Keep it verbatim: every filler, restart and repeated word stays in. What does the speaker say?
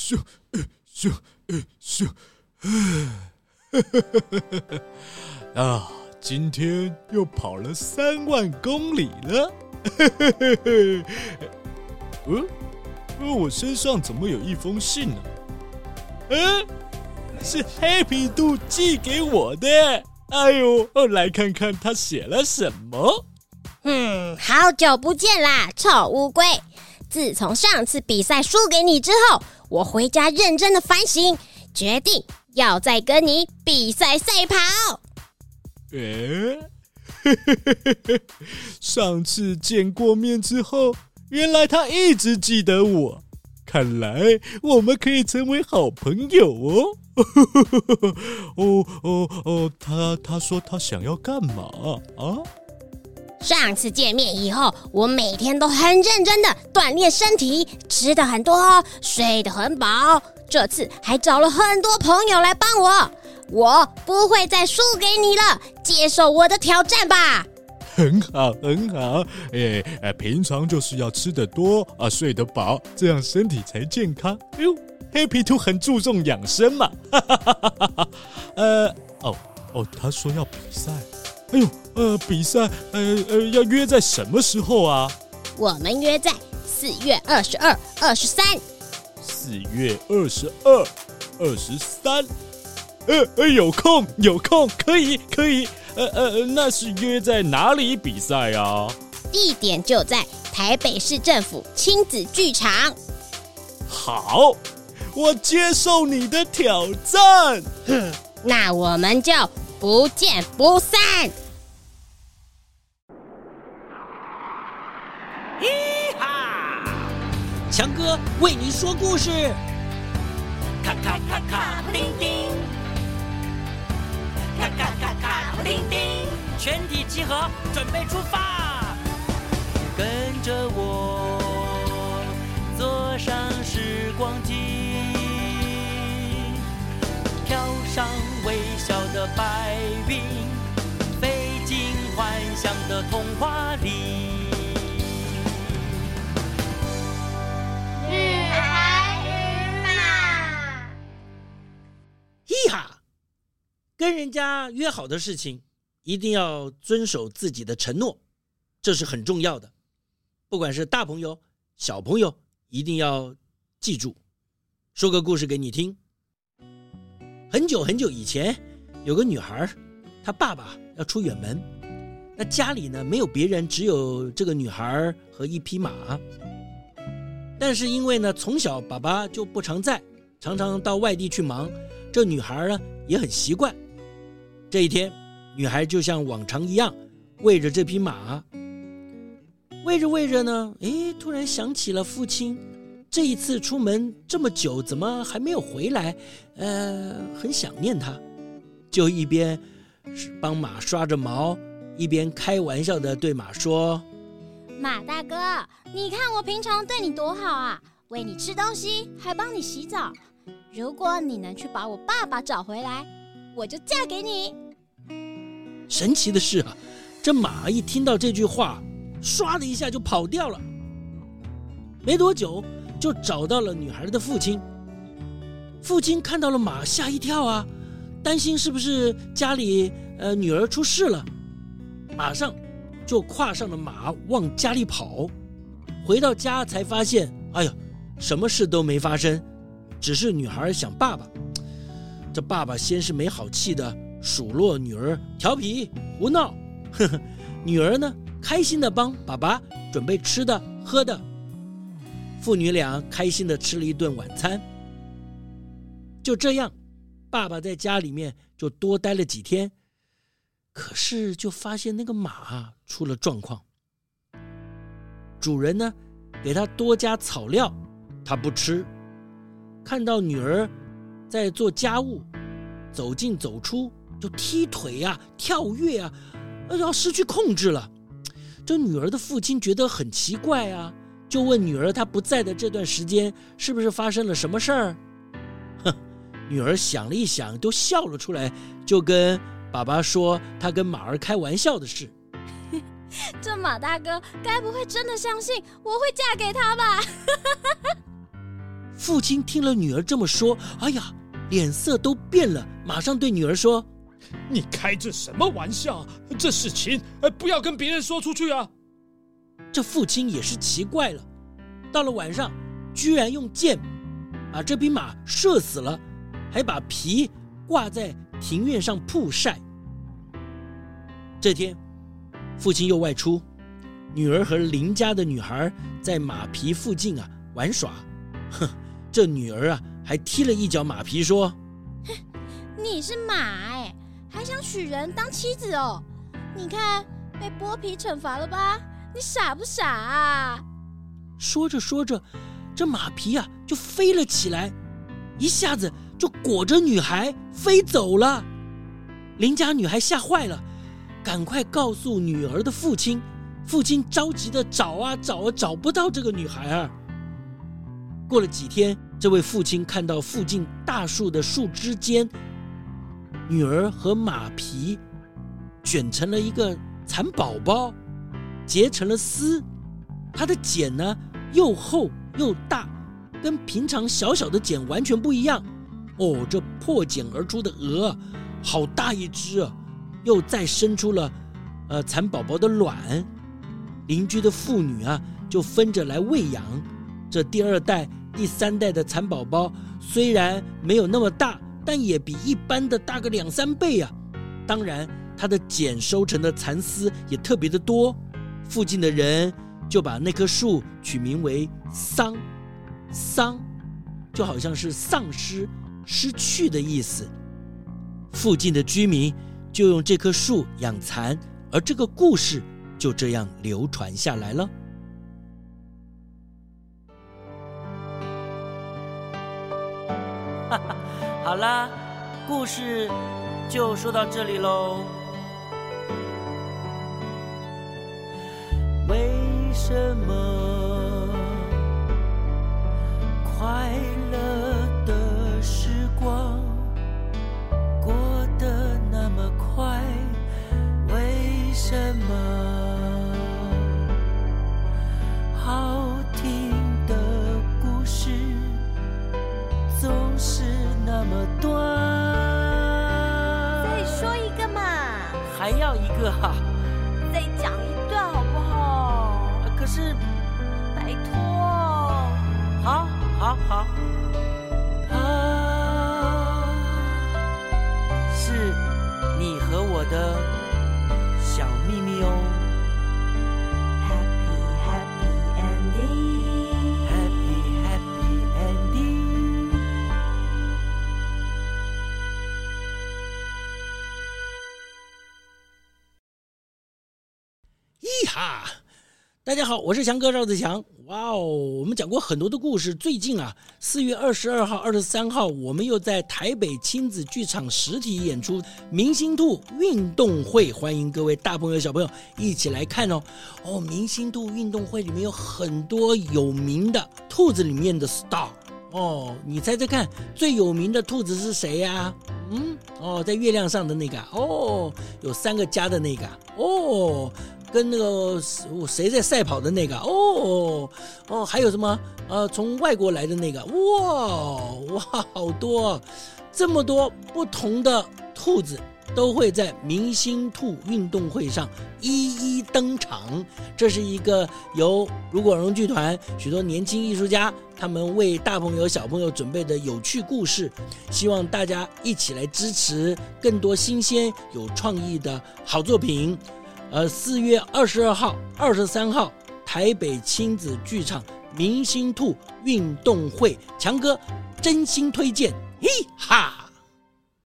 咻咻咻，啊，今天又跑了三万公里了。嗯，我身上怎么有一封信呢？嗯，是 Happy 兔寄给我的。哎呦，来看看他写了什么。 嗯，好久不见啦，臭乌龟！自从上次比赛输给你之后，我回家认真的反省，决定要再跟你比赛赛跑。 诶，上次见过面之后，原来他一直记得我，看来我们可以成为好朋友哦。哦哦哦，他他说他想要干嘛啊？ 上次见面以后，我每天都很认真的锻炼身体，吃得很多，睡得很饱。这次还找了很多朋友来帮我，我不会再输给你了，接受我的挑战吧。 很好，很好。哎哎，平常就是要吃得多啊，睡得饱，这样身体才健康。哎呦 ，Happy 兔很注重养生嘛。呃，哦哦，他说要比赛。哎呦，呃，比赛，呃呃，要约在什么时候啊？ 我们约在四月二十二、二十三。 四月二十二、二十三。呃呃，有空，有空，可以，可以。呃呃，那是约在哪里比赛啊？ 地点就在台北市政府亲子剧场。 好，我接受你的挑战。 哼，那我们就不见不散。 嘻哈，强哥为你说故事。咔咔咔咔布丁丁，咔咔咔咔布丁丁，全体集合，准备出发。跟着我，坐上时光机，跳上微笑的白云，飞进幻想的童话里。 日海日马， 嘻哈，跟人家约好的事情，一定要遵守自己的承诺，这是很重要的。不管是大朋友、小朋友，一定要记住。说个故事给你听。很久很久以前，有个女孩，她爸爸要出远门，那家里呢没有别人，只有这个女孩和一匹马。但是因为呢，从小爸爸就不常在，常常到外地去忙，这女孩呢也很习惯。这一天，女孩就像往常一样喂着这匹马，喂着喂着呢，诶，突然想起了父亲这一次出门这么久，怎么还没有回来？呃，很想念他，就一边帮马刷着毛，一边开玩笑的对马说： 马大哥，你看我平常对你多好啊，喂你吃东西，还帮你洗澡。如果你能去把我爸爸找回来，我就嫁给你。 神奇的是啊，这马一听到这句话，唰的一下就跑掉了。没多久就找到了女孩的父亲。父亲看到了马，吓一跳啊，担心是不是家里呃女儿出事了，马上就跨上了马往家里跑。回到家才发现，哎呀，什么事都没发生，只是女孩想爸爸。这爸爸先是没好气的数落女儿调皮胡闹，呵呵，女儿呢开心的帮爸爸准备吃的喝的，父女俩开心的吃了一顿晚餐。就这样，爸爸在家里面就多待了几天，可是就发现那个马出了状况。主人呢给他多加草料，他不吃，看到女儿在做家务，走进走出就踢腿啊跳跃啊，要失去控制了。这女儿的父亲觉得很奇怪啊，就问女儿她不在的这段时间是不是发生了什么事儿。哼，女儿想了一想都笑了出来，就跟爸爸说她跟马儿开玩笑的事。 这马大哥该不会真的相信我会嫁给他吧？ 父亲听了女儿这么说，哎呀，脸色都变了，马上对女儿说： 你开这什么玩笑？这事情不要跟别人说出去啊！ 这父亲也是奇怪了，到了晚上居然用箭把这匹马射死了，还把皮挂在庭院上曝晒。这天父亲又外出，女儿和邻家的女孩在马皮附近啊玩耍。哼，这女儿啊还踢了一脚马皮，说： 你是马哎，还想娶人当妻子哦？你看被剥皮惩罚了吧？你傻不傻啊？ 说着说着，这马皮啊就飞了起来，一下子就裹着女孩飞走了。邻家女孩吓坏了，赶快告诉女儿的父亲。父亲着急的找啊找啊，找不到这个女孩啊。过了几天，这位父亲看到附近大树的树枝间，女儿和马皮卷成了一个蚕宝宝，结成了丝。它的茧呢又厚又大，跟平常小小的茧完全不一样。哦，这破茧而出的鹅好大一只啊！又再生出了呃蚕宝宝的卵。邻居的妇女啊就分着来喂养。这第二代第三代的蚕宝宝虽然没有那么大，但也比一般的大个两三倍啊。当然它的茧收成的蚕丝也特别的多。附近的人就把那棵树取名为桑，桑就好像是丧失失去的意思。附近的居民就用这棵树养蚕，而这个故事就这样流传下来了。好啦，故事就说到这里咯。为什么快乐的时光过得那么快？为什么好听的故事总是那么短？ 再说一个嘛。 还要一个啊？ 再讲一段好不好？ 可是， 拜托。 好，好，好。它是你和我的小秘密哦。 Happy Happy Ending Happy Happy Ending。咿哈！大家好，我是强哥赵子强。哇哦，我们讲过很多的故事。最近啊，四月二十二号、二十三号，我们又在台北亲子剧场实体演出明星兔运动会，欢迎各位大朋友小朋友一起来看哦。哦，明星兔运动会里面有很多有名的兔子里面的 star。哦，你猜猜看，最有名的兔子是谁呀、啊？嗯，哦，在月亮上的那个，哦，有三个家的那个，哦。跟那个谁在赛跑的那个哦哦，还有什么呃，从外国来的那个哇哇，好多，这么多不同的兔子都会在明星兔运动会上一一登场。这是一个由卢广荣剧团许多年轻艺术家他们为大朋友小朋友准备的有趣故事，希望大家一起来支持更多新鲜有创意的好作品。呃，四月二十二号、二十三号，台北亲子剧场明星兔运动会，强哥真心推荐，嘿哈！